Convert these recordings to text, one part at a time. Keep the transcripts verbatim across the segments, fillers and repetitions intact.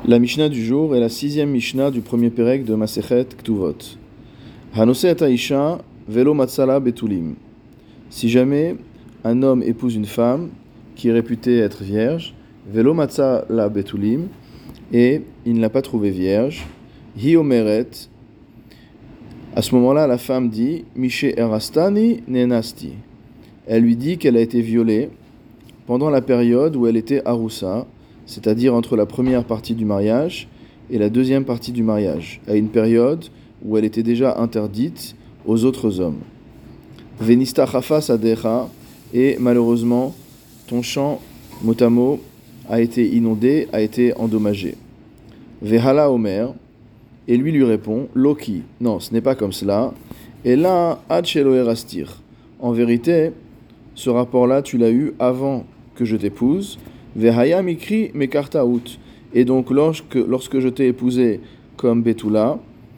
La Mishnah du jour est la sixième Mishnah du premier Pérec de Masechet Ktuvot. Hanose et Aisha velo matzala betulim. Si jamais un homme épouse une femme qui est réputée être vierge, velo matzala betulim, et il ne l'a pas trouvée vierge, hi omeret. À ce moment-là, la femme dit Mishe erastani nenasti. Elle lui dit qu'elle a été violée pendant la période où elle était aroussa, c'est-à-dire entre la première partie du mariage et la deuxième partie du mariage, à une période où elle était déjà interdite aux autres hommes. Venista chafa sadecha, et malheureusement, ton champ, mot à mot, a été inondé, a été endommagé. Vehala omer, et lui lui répond, Loki, non, ce n'est pas comme cela, et là, ad shelo erastir. En vérité, ce rapport-là, tu l'as eu avant que je t'épouse, Vehaya mikri mekartaout. Et donc, lorsque, lorsque je t'ai épousé comme Betula,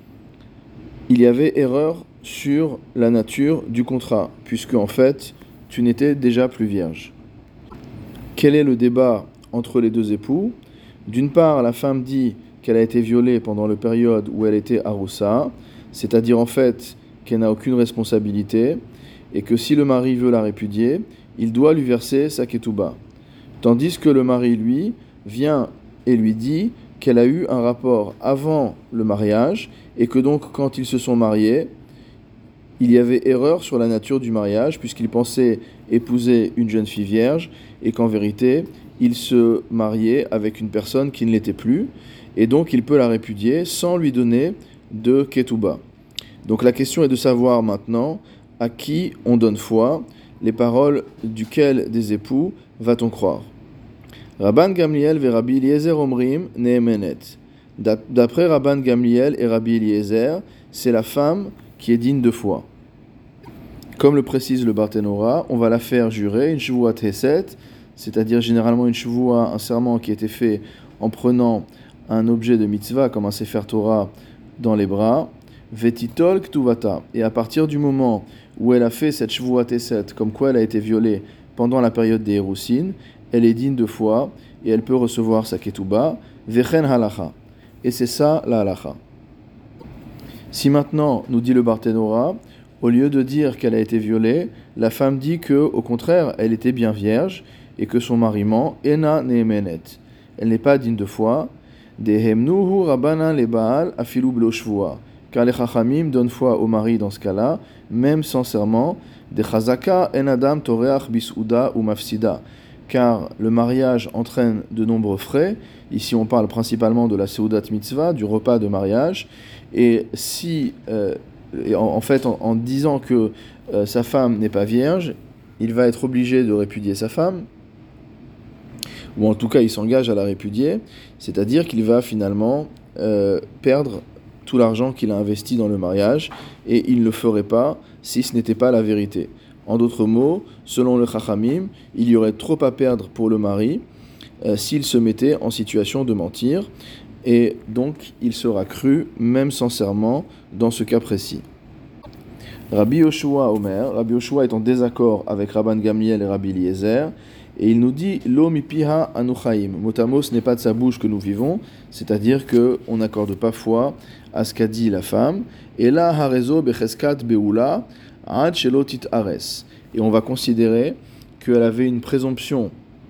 il y avait erreur sur la nature du contrat, puisque en fait, tu n'étais déjà plus vierge. Quel est le débat entre les deux époux ? D'une part, la femme dit qu'elle a été violée pendant la période où elle était aroussa, c'est-à-dire en fait qu'elle n'a aucune responsabilité, et que si le mari veut la répudier, il doit lui verser sa ketouba. Tandis que le mari, lui, vient et lui dit qu'elle a eu un rapport avant le mariage et que donc, quand ils se sont mariés, il y avait erreur sur la nature du mariage puisqu'il pensait épouser une jeune fille vierge et qu'en vérité, il se mariait avec une personne qui ne l'était plus et donc il peut la répudier sans lui donner de ketouba. Donc la question est de savoir maintenant à qui on donne foi, les paroles duquel des époux va-t-on croire. Rabban Gamliel et Rabbi Eliezer omrim neemenet. D'après Rabban Gamliel et Rabbi Eliezer, c'est la femme qui est digne de foi. Comme le précise le Barthénora, on va la faire jurer une shvuat heset, c'est-à-dire généralement une shvua, un serment qui a été fait en prenant un objet de mitzvah comme un sefer Torah dans les bras, vetitol ktuvata. Et à partir du moment où elle a fait cette shvuat heset, comme quoi elle a été violée pendant la période des Héroussines, elle est digne de foi et elle peut recevoir sa ketouba, vechen halacha. Et c'est ça la halacha. Si maintenant, nous dit le Barthénora, au lieu de dire qu'elle a été violée, la femme dit que, au contraire, elle était bien vierge et que son mari ment, ena neemenet. Elle n'est pas digne de foi. Dehemnuhu rabbanan lebaal afilu blo shvua. Car les chachamim donnent foi au mari dans ce cas-là, même sans serment. De chazaka en adam toreach bisouda ou mafsida. Car le mariage entraîne de nombreux frais. Ici, on parle principalement de la seudat mitzvah, du repas de mariage. Et si, euh, et en, en fait, en, en disant que euh, sa femme n'est pas vierge, il va être obligé de répudier sa femme, ou en tout cas, il s'engage à la répudier, c'est-à-dire qu'il va finalement euh, perdre tout l'argent qu'il a investi dans le mariage, et il ne le ferait pas si ce n'était pas la vérité. En d'autres mots, selon le Chachamim, il y aurait trop à perdre pour le mari euh, s'il se mettait en situation de mentir, et donc il sera cru, même sans serment, dans ce cas précis. Rabbi Yoshua Omer, Rabbi Yoshua est en désaccord avec Rabban Gamliel et Rabbi Eliezer, et il nous dit « Lo mipiha anuchaim » mot à mot, ce n'est pas de sa bouche que nous vivons, c'est-à-dire qu'on n'accorde pas foi à ce qu'a dit la femme. « Et là, harezo becheskat beula » et on va considérer qu'elle avait une présomption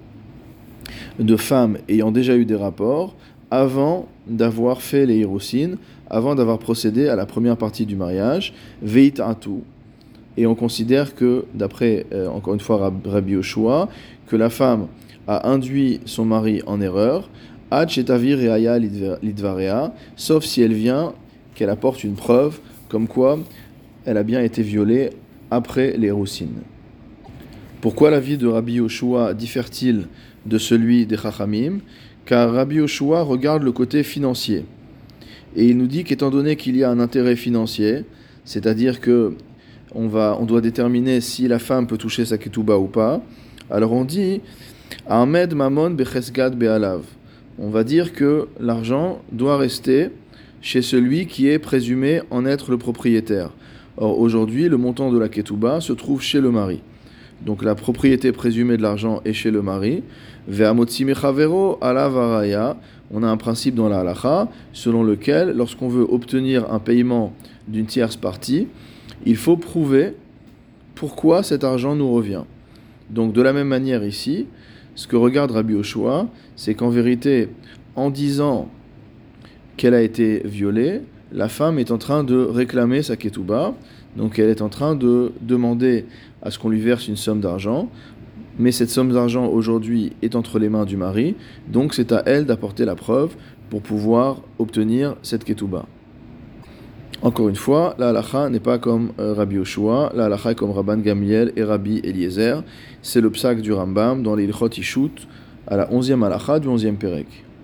de femme ayant déjà eu des rapports avant d'avoir fait les hiroussines, avant d'avoir procédé à la première partie du mariage, veit atu. Et on considère que, d'après, euh, encore une fois, Rabbi Yoshua, que la femme a induit son mari en erreur, ad shetavi reaya lidvarea, sauf si elle vient, qu'elle apporte une preuve, comme quoi elle a bien été violée après les roussines. Pourquoi l'avis de Rabbi Yoshua diffère-t-il de celui des Chachamim ? Car Rabbi Yoshua regarde le côté financier. Et il nous dit qu'étant donné qu'il y a un intérêt financier, c'est-à-dire que on, va, on doit déterminer si la femme peut toucher sa ketouba ou pas, alors on dit Ahmed Mamon bechesgad be'alav. On va dire que l'argent doit rester chez celui qui est présumé en être le propriétaire. Or, aujourd'hui, le montant de la ketouba se trouve chez le mari. Donc, la propriété présumée de l'argent est chez le mari. Ve'amotzi mechavero alav haraya. on a un principe dans la halacha selon lequel, lorsqu'on veut obtenir un paiement d'une tierce partie, il faut prouver pourquoi cet argent nous revient. Donc de la même manière ici, ce que regarde Rabbi Yoshua, c'est qu'en vérité, en disant qu'elle a été violée, la femme est en train de réclamer sa ketouba, donc elle est en train de demander à ce qu'on lui verse une somme d'argent, mais cette somme d'argent aujourd'hui est entre les mains du mari, donc c'est à elle d'apporter la preuve pour pouvoir obtenir cette ketouba. Encore une fois, la halacha n'est pas comme euh, Rabbi Yoshua, la halacha est comme Rabban Gamliel et Rabbi Eliezer, c'est le psak du Rambam dans les Ilchot Ishut à la onzième halacha du onzième Pérek.